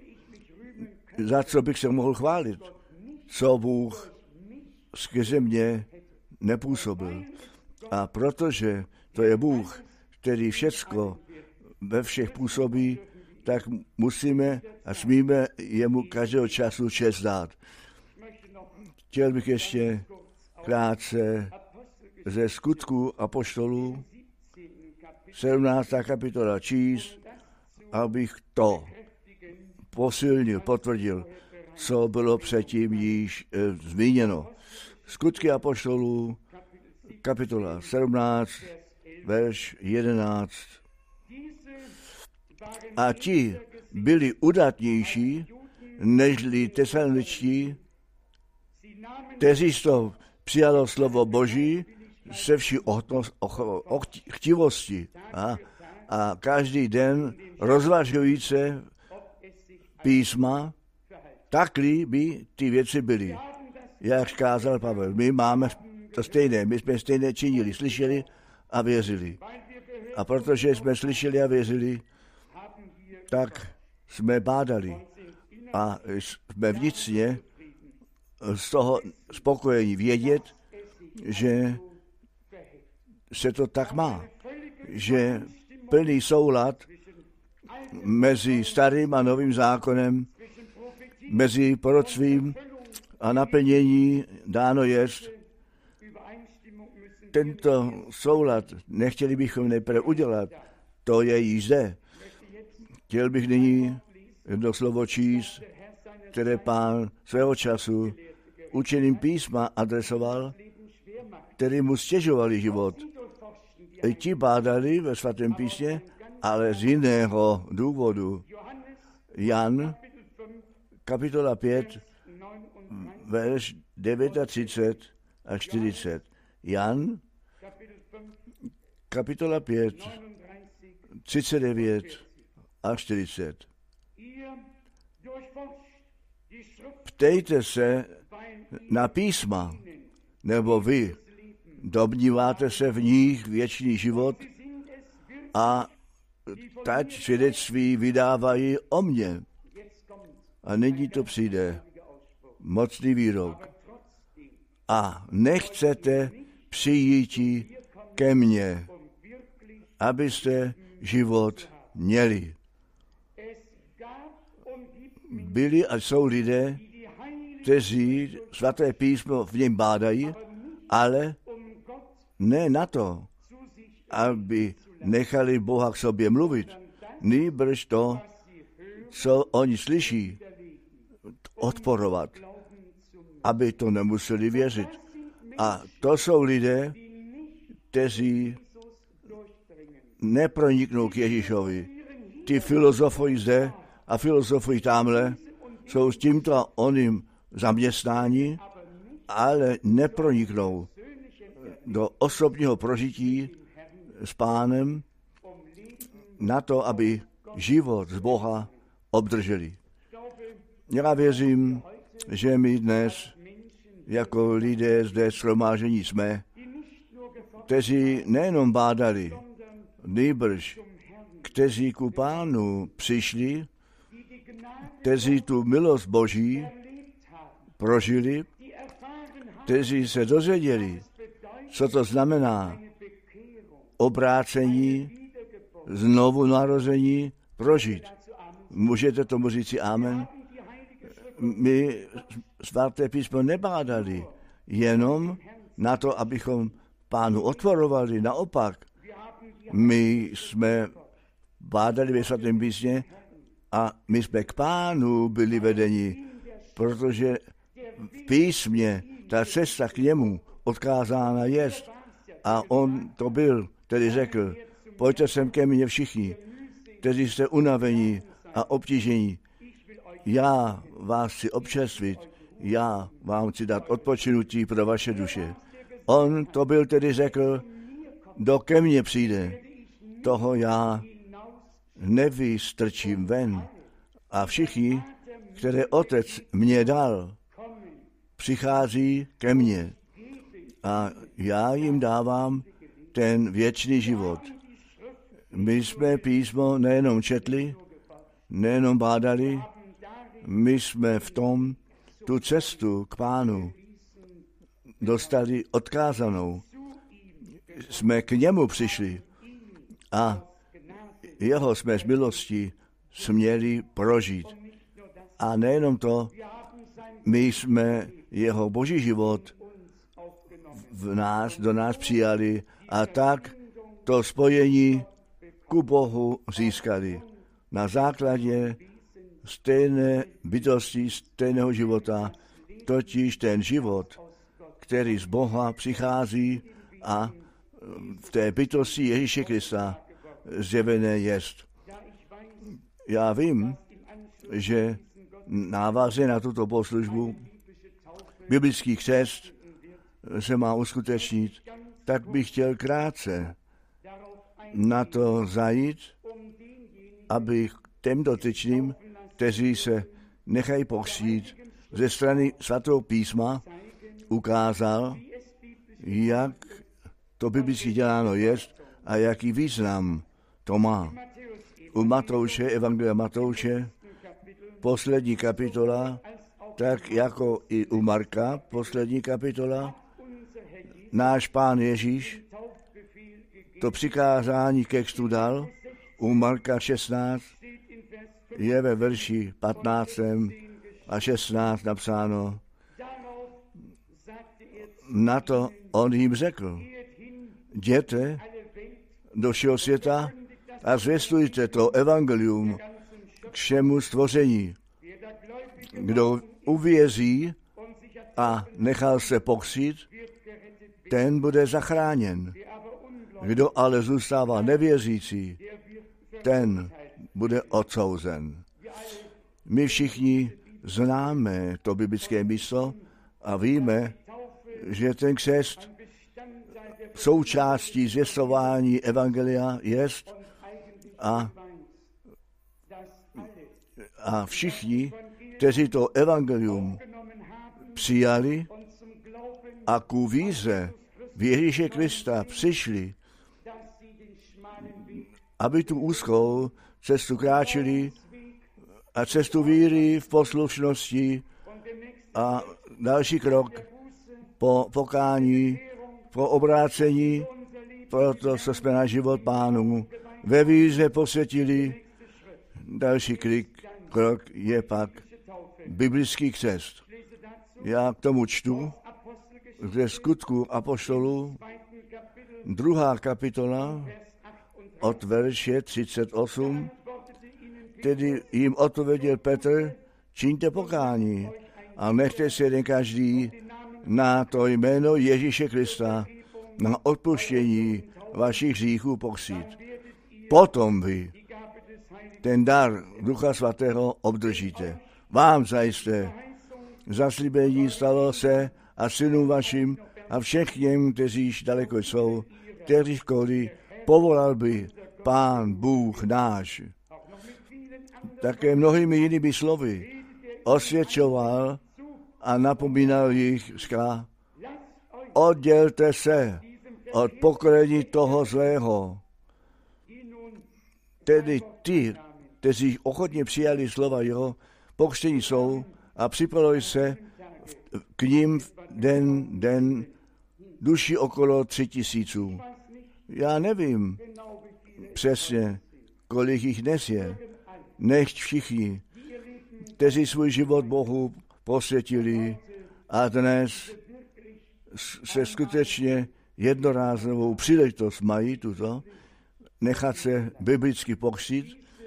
za co bych se mohl chválit, co Bůh skrze mě nepůsobil. A protože to je Bůh, který všecko ve všech působí, tak musíme a smíme jemu každého času čest dát. Chtěl bych ještě krátce ze Skutků apoštolů sedmnáctá kapitola číst, abych to posilnil, potvrdil, co bylo předtím již e, zmíněno. Skutky apoštolů, kapitola sedmnáct, verš jedenáct. A ti byli udatnější, nežli tesaloničtí, kteří to přijalo slovo Boží se vší chtivosti a, a každý den rozvažujíce písma, takli by ty věci byly. Jak kázal Pavel, my máme to stejné, my jsme stejné činili, slyšeli a věřili. A protože jsme slyšeli a věřili, tak jsme bádali a jsme vnitřně z toho spokojení vědět, že se to tak má, že plný soulad mezi starým a novým zákonem, mezi proroctvím a naplnění dáno jest. Tento soulad nechtěli bychom nejprve udělat, to je již zde. Chtěl bych nyní jedno slovo číst, které Pán svého času učeným písma adresoval, který mu stěžovali život. I ti bádali ve svatém písmě, ale z jiného důvodu. Jan, kapitola pět, verš třicet devět a čtyřicet. Jan, kapitola pět, třicet devět a čtyřicet. Ptejte se na písma, nebo vy domníváte se v nich věčný život a tak svědectví vydávají o mně. A nyní to přijde mocný výrok. A nechcete přijít ke mně, abyste život měli. Byli a jsou lidé, kteří svaté písmo v něm bádají, ale ne na to, aby nechali Boha k sobě mluvit, nýbrž to, co oni slyší, odporovat, aby to nemuseli věřit. A to jsou lidé, kteří neproniknou k Ježíšovi. Ty filozofují zde a filozofují tamhle, jsou s tímto a oným zaměstnáni, ale neproniknou do osobního prožití s Pánem na to, aby život z Boha obdrželi. Já věřím, že my dnes jako lidé zde shromáždění jsme, kteří nejenom bádali, nýbrž kteří ku Pánu přišli, kteří tu milost Boží prožili, kteří se dozvěděli, co to znamená obrácení, znovu narození prožít. Můžete tomu říci amen? My svaté písmo nebádali jenom na to, abychom Pánu otvorovali. Naopak, my jsme bádali ve svatém písmě a my jsme k Pánu byli vedeni, protože v písmě ta cesta k němu odkázána jest. A on to byl, který řekl, pojďte sem ke mně všichni, kteří jste unavení a obtížení. Já vás chci občerstvit, já vám chci dát odpočinutí pro vaše duše. On to byl, který řekl, kdo ke mně přijde, toho já nevystrčím ven. A všichni, které Otec mě dal, přichází ke mně. A já jim dávám ten věčný život. My jsme písmo nejenom četli, nejenom bádali, my jsme v tom tu cestu k Pánu dostali odkázanou. Jsme k němu přišli a jeho jsme z milosti směli prožít. A nejenom to, my jsme jeho boží život v nás, do nás přijali a tak to spojení ku Bohu získali. Na základě stejné bytosti, stejného života, totiž ten život, který z Boha přichází a v té bytosti Ježíše Krista zjevené jest. Já vím, že návazně na tuto bohoslužbu biblický křest se má uskutečnit, tak bych chtěl krátce na to zajít, aby těm dotyčným, kteří se nechají pokřtít ze strany svatého písma, ukázal, jak to biblicky děláno jest a jaký význam to má. U Matouše, Evangelia Matouše, poslední kapitola, tak jako i u Marka, poslední kapitola, náš Pán Ježíš to přikázání ke křtu dal. U Marka šestnáct je ve verši patnáct a šestnáct napsáno. Na to on jim řekl, jděte do všeho světa a zvěstujte to evangelium k všemu stvoření. Kdo uvěří a nechal se pokřtít, ten bude zachráněn. Kdo ale zůstává nevěřící, ten bude odsouzen. My všichni známe to biblické místo a víme, že ten křest součástí zvěstování evangelia jest a, a všichni, kteří to evangelium přijali a ku víře v Ježíše Krista přišli, aby tu úzkou cestu kráčeli a cestu víry v poslušnosti a další krok po pokání, po obrácení, proto co jsme na život Pánu ve víře posvětili. Další klik, krok je pak biblický křest. Já k tomu čtu ze Skutku apoštolů, druhá kapitola od verše třicet osm, tedy jim odpověděl Petr, čiňte pokání a nechte se jeden každý na to jméno Ježíše Krista, na odpuštění vašich hříchů pokřtít. Potom vy ten dar Ducha Svatého obdržíte. Vám zajisté zaslíbení stalo se a synům vašim a všech těm, kteří již daleko jsou, kteřížkoliv povolal by Pán Bůh náš. Také mnohými jinými slovy osvědčoval a napomínal jich skla. Oddělte se od pokolení toho zlého. Tedy ty, kteří ochotně přijali slova jeho, pokřtění jsou a připojili se k ním den, den duši okolo tři tisíců. Já nevím přesně, kolik jich dnes je. Nechť všichni, kteří svůj život Bohu posvětili a dnes se skutečně jednorázovou příležitost mají tuto, nechat se biblicky pokřtít,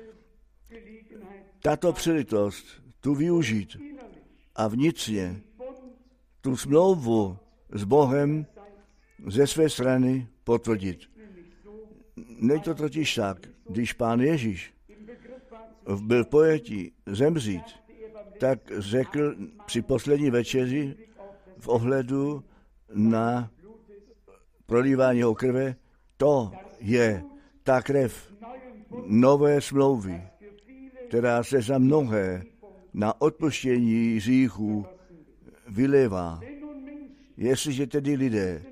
tato příležitost tu využít a vnitřně tu smlouvu s Bohem ze své strany potvrdit. Není to totiž tak, když Pán Ježíš byl v pojetí zemřít, tak řekl při poslední večeři v ohledu na prolívání jeho krve, to je ta krev nové smlouvy, která se za mnohé na odpuštění hříchů vylévá. Jestliže tedy lidé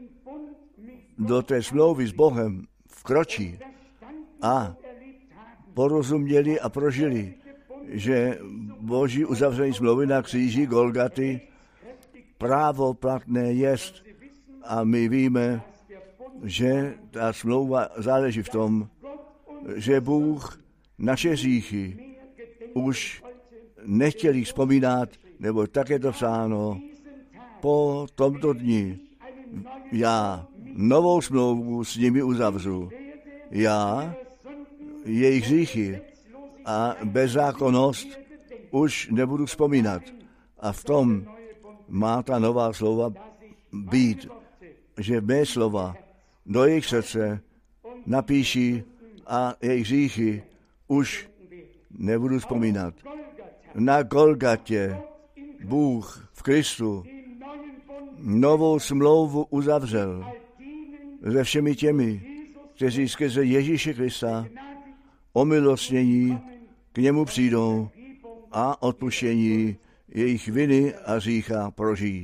do té smlouvy s Bohem vkročí a porozuměli a prožili, že Boží uzavření smlouvy na kříži Golgaty právoplatné jest a my víme, že ta smlouva záleží v tom, že Bůh naše hříchy už nechtěl jich vzpomínat, nebo tak je to psáno, po tomto dni já novou smlouvu s nimi uzavřu. Já jejich hříchy a bezzákonnost už nebudu vzpomínat. A v tom má ta nová slova být, že mé slova do jejich srdce napíší a jejich hříchy už nebudu vzpomínat. Na Golgatě Bůh v Kristu novou smlouvu uzavřel se všemi těmi, kteří skrze Ježíše Krista omilostnění k němu přijdou a odpuštění jejich viny a hřícha prožijí.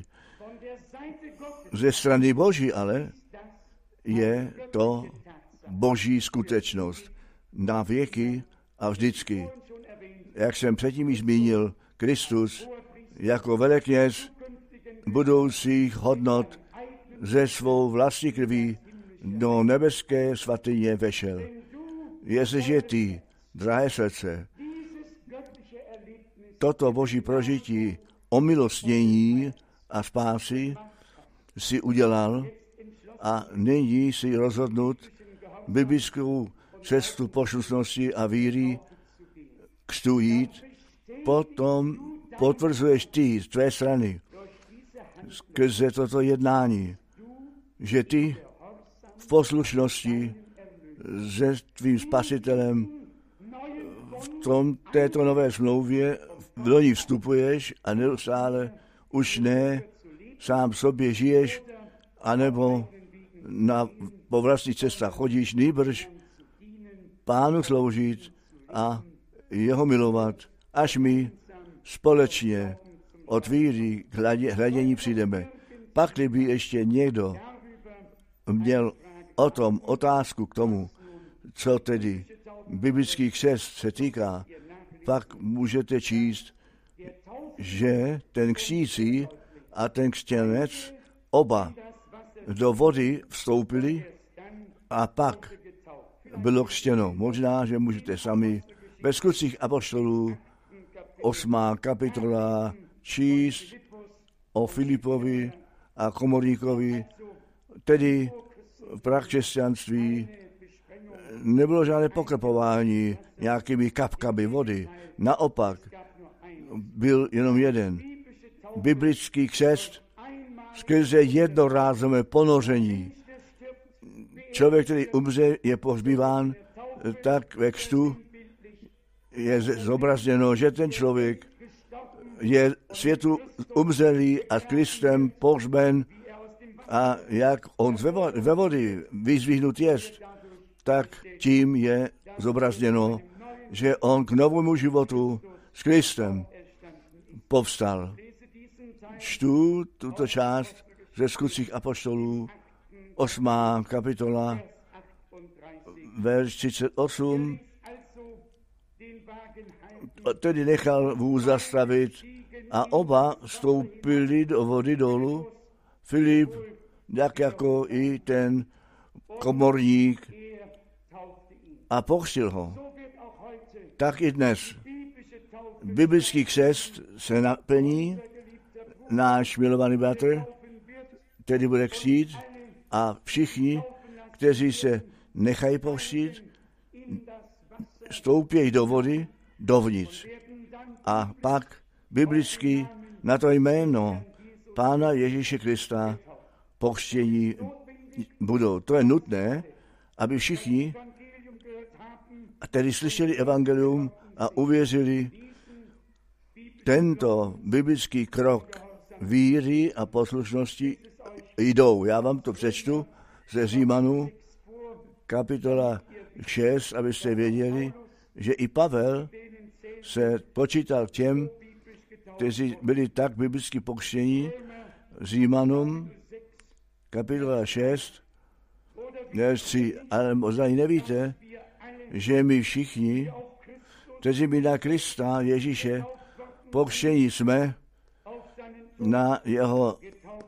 Ze strany Boží ale je to Boží skutečnost na věky a vždycky. Jak jsem předtím již zmínil, Kristus jako velekněz budoucích hodnot ze svou vlastní krví do nebeské svatyně vešel. Jestliže ty, drahé srdce, toto Boží prožití omilostnění a spásy si udělal a nyní si rozhodnut biblickou cestu poslušnosti a víry křtu jít, potom potvrzuješ ty z tvé strany skrze toto jednání, že ty v poslušnosti se tvým spasitelem v tom, této nové smlouvě do ní vstupuješ a neustále už ne sám sobě žiješ, anebo na, po vlastních cestách chodíš, nýbrž Pánu sloužit a jeho milovat, až my společně od víry k hladění přijdeme. Pak, kdyby ještě někdo měl o tom otázku k tomu, co tedy biblický křest se týká, pak můžete číst, že ten křící a ten křtěnec oba do vody vstoupili a pak bylo křtěno. Možná, že můžete sami ve Skutcích apoštolů osmá kapitola číst o Filipovi a komorníkovi, tedy v prachřesťanství nebylo žádné pokrpování nějakými kapkami vody. Naopak byl jenom jeden. Biblický křest skrze jednorázové ponoření. Člověk, který umře, je pohřbíván, tak ve křtu je zobrazněno, že ten člověk je světu umřelý a s Kristem pohřben A jak on ve vody vyzvihnut jest, tak tím je zobrazněno, že on k novému životu s Kristem povstal. Čtu tuto část ze Skutcích apoštolů, osmá kapitola, verš třicet osm. Tedy nechal vůz zastavit a oba vstoupili do vody dolů. Filip, jak jako i ten komorník, a pokřtil ho. Tak i dnes biblický křest se naplní, náš milovaný bratr, který bude křtít, a všichni, kteří se nechají pokřtít, vstoupí do vody dovnitř. A pak biblicky na to jméno Pána Ježíše Krista pokřtění budou. To je nutné, aby všichni, kteří slyšeli evangelium a uvěřili tento biblický krok víry a poslušnosti, jdou. Já vám to přečtu ze Římanů, kapitola šest, abyste věděli, že i Pavel se počítal k těm, kteří byli tak biblicky pokřtění. Římanům, kapitola šest, verš tři. Ale možná i nevíte, že my všichni, kteří by na Krista Ježíše pokřtění jsme, na jeho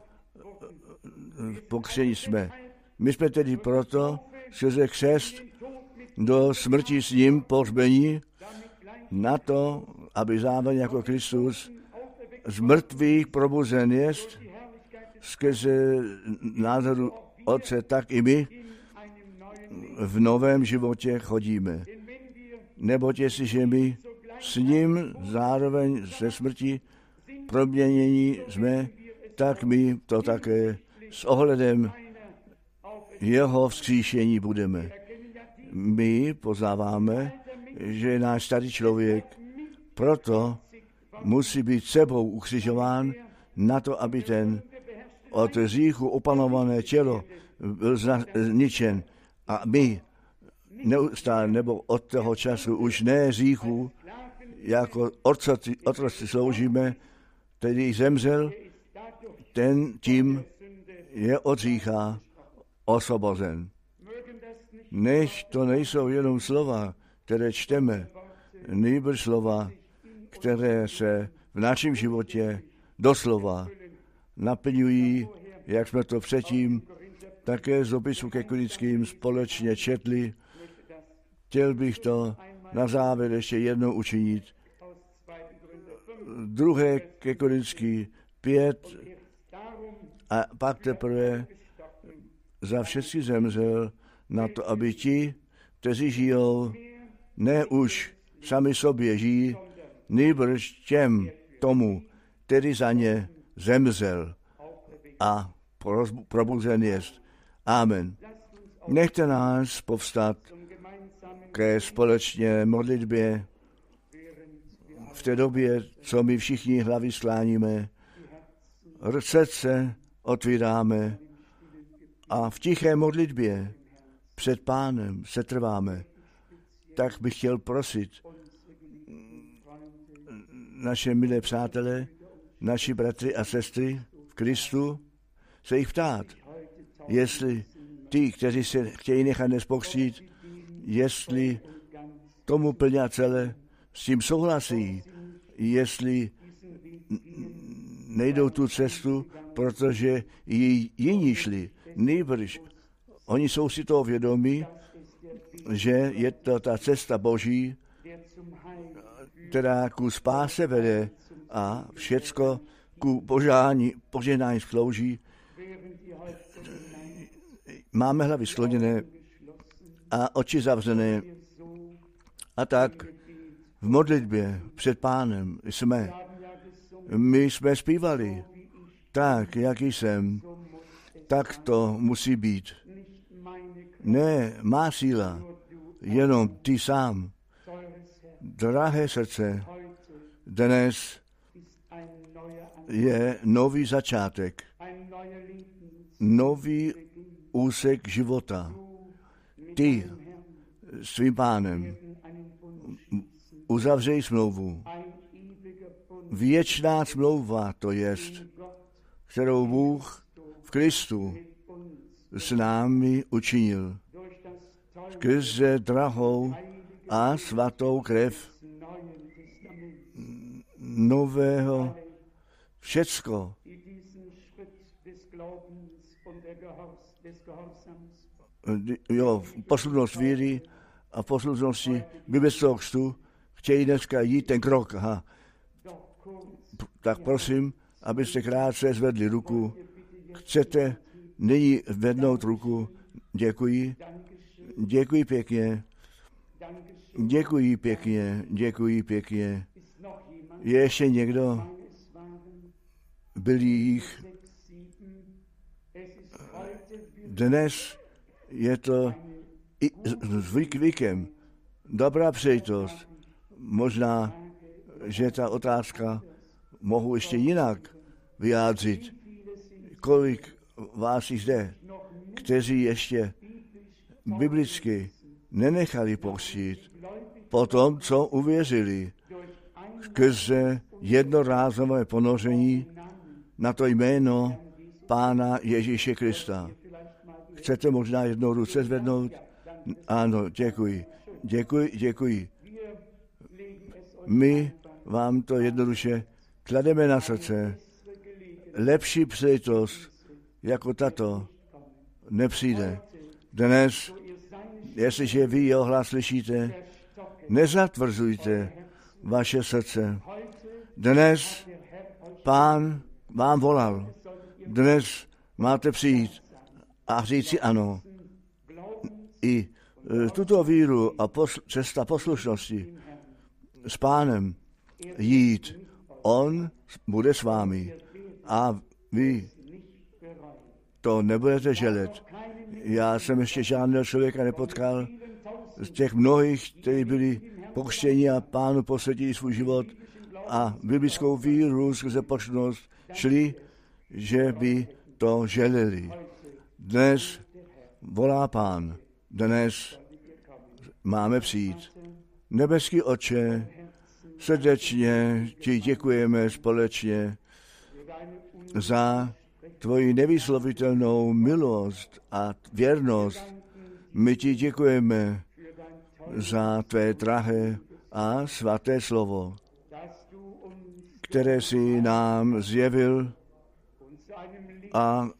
pokřtění jsme. My jsme tedy proto skrze křest do smrti s ním pohřbení, na to, aby zároveň jako Kristus z mrtvých probuzen jest, skrze názoru Otce, tak i my v novém životě chodíme. Neboť jestliže my s ním zároveň ze smrti proměnění jsme, tak my to také s ohledem jeho vzkříšení budeme. My poznáváme, že náš starý člověk proto musí být sebou ukřižován na to, aby ten od hříchu opanované tělo byl zničen. A my neustále, nebo od toho času už ne hříchu, jako otroci sloužíme, tedy zemřel, ten tím je od hřícha osvobozen. Než to nejsou jenom slova, které čteme, nýbrž slova, které se v našem životě doslova naplňují, jak jsme to předtím také z dopisu ke Korinským společně četli. Chtěl bych to na závěr ještě jednou učinit. Druhé ke Korinský pět, a pak teprve za všechny zemřel na to, aby ti, kteří žijou, ne už sami sobě žijí, nýbrž těm tomu, který za ně zemřel a probuzen jest. Amen. Nechte nás povstat ke společné modlitbě v té době, co my všichni hlavy skláníme, srdce otvíráme a v tiché modlitbě před Pánem se trváme. Tak bych chtěl prosit naše milé přátelé, naši bratry a sestry v Kristu, se jich ptát, jestli ti, kteří se chtějí nechat dnes pokřtít, jestli tomu plně a celé s tím souhlasí, jestli nejdou tu cestu, protože ji jiní šli. Nýbrž oni jsou si toho vědomí, že je to ta cesta Boží, která ku spáse vede a všecko ku požání, požehnání slouží. Máme hlavy skloněné a oči zavřené. A tak v modlitbě před Pánem jsme. My jsme zpívali tak, jak jsem. Tak to musí být. Ne má síla, jenom ty sám. Drahé srdce, dnes je nový začátek. nový úsek života. Ty svým pánem uzavřej smlouvu. Věčná smlouva to jest, kterou Bůh v Kristu s námi učinil. Skrze drahou a svatou krev nového všecko. Jo, poslušnost víry a poslušnosti biblického křtu chtějí dneska jít ten krok. Aha. Tak prosím, abyste krátce zvedli ruku. Chcete nyní zvednout ruku? Děkuji. Děkuji pěkně. Děkuji pěkně. Děkuji pěkně. Je ještě někdo? Byl jich. Dnes je to i zvykem. Dobrá přejitost. Možná, že ta otázka mohu ještě jinak vyjádřit. Kolik vás jich zde, kteří ještě biblicky nenechali pokřtít po tom, co uvěřili skrze jednorázové ponoření na to jméno Pána Ježíše Krista. Chcete možná jednou ruce zvednout? Ano, děkuji. Děkuji, děkuji. My vám to jednoduše klademe na srdce. Lepší příležitost jako tato nepřijde. Dnes, jestliže vy jeho hlas slyšíte, nezatvrzujte vaše srdce. Dnes Pán vám volal. Dnes máte přijít a říci ano. I tuto víru a posl- cesta poslušnosti s Pánem jít. On bude s vámi a vy to nebudete žalet. Já jsem ještě žádného člověka nepotkal z těch mnohých, kteří byli pokřtěni a Pánu posvětili svůj život a biblickou víru skrze počnost šli, že by to želeli. Dnes volá Pán. Dnes máme přijít. Nebeský Otče, srdečně ti děkujeme společně za tvoji nevyslovitelnou milost a věrnost. My ti děkujeme za tvé drahé a svaté slovo, které jsi nám zjevil a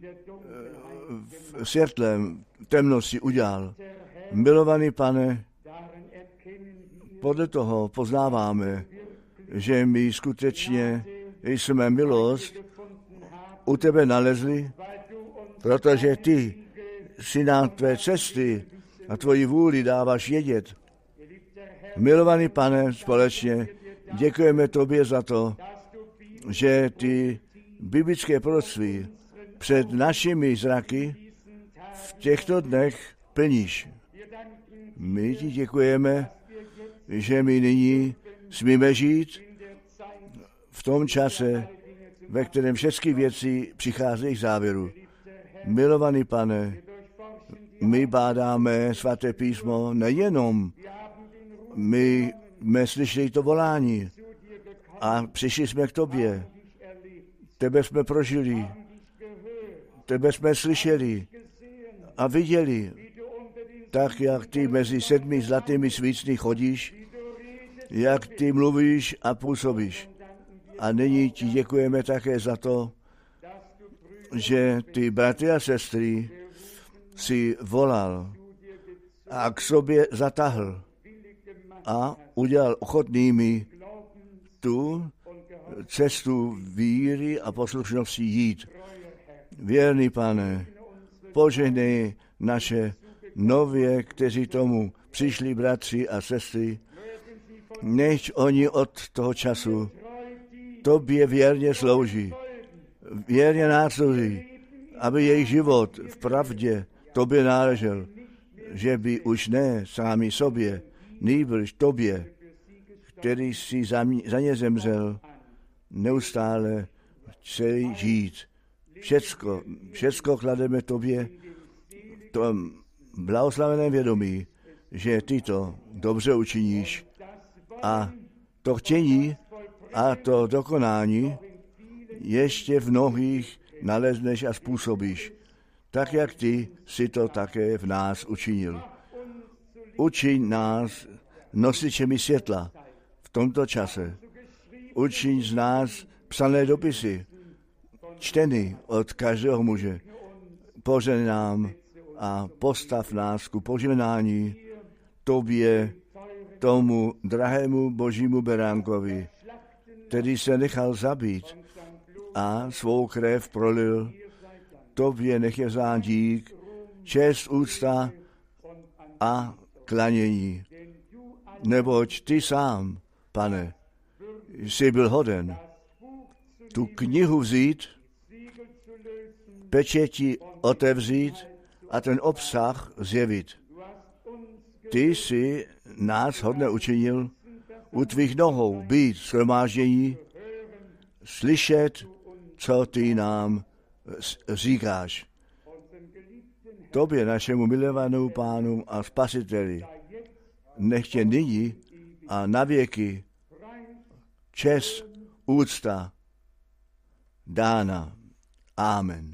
v světlem temnosti udělal. Milovaný Pane, podle toho poznáváme, že my skutečně jsme milost u tebe nalezli, protože ty si nám tvé cesty a tvoji vůli dáváš vědět. Milovaný Pane, společně děkujeme tobě za to, že ty biblické proroctví před našimi zraky v těchto dnech plníš. My ti děkujeme, že my nyní smíme žít v tom čase, ve kterém všechny věci přicházejí k závěru. Milovaný Pane, my bádáme svaté písmo nejenom, my jsme slyšeli to volání a přišli jsme k tobě. Tebe jsme prožili, tebe jsme slyšeli a viděli, tak jak ty mezi sedmi zlatými svícny chodíš, jak ty mluvíš a působíš. A nyní ti děkujeme také za to, že ty bratry a sestry si volal a k sobě zatahl a udělal ochotnými tu cestu víry a poslušnosti jít. Věrný Pane, požehnej naše nově, kteří tomu přišli bratři a sestry, nechť oni od toho času tobě věrně slouží, věrně následují, aby jejich život v pravdě tobě náležel, že by už ne sami sobě, nýbrž tobě, který si za, mě, za ně zemřel, neustále chtěli žít. všecko, všecko klademe tobě v tom blahoslaveném vědomí, že ty to dobře učiníš a to chtění a to dokonání ještě v mnohých nalezneš a způsobíš, tak jak ty si to také v nás učinil. Učiň nás nosičemi světla v tomto čase. Učiň z nás psané dopisy, čtený od každého muže. Požehnej nám a postav nás ku požehnání tobě, tomu drahému božímu beránkovi, který se nechal zabít a svou krev prolil. Tobě nech je vzdán dík, čest, úcta a klanění. Neboť ty sám, Pane, jsi byl hoden tu knihu vzít, pečeti otevřít a ten obsah zjevit. Ty jsi nás hodně učinil u tvých nohou být shromáždění, slyšet, co ty nám říkáš. Tobě, našemu milovanému Pánu a Spasiteli, nech tě nyní a navěky čest, úcta dána. Amen.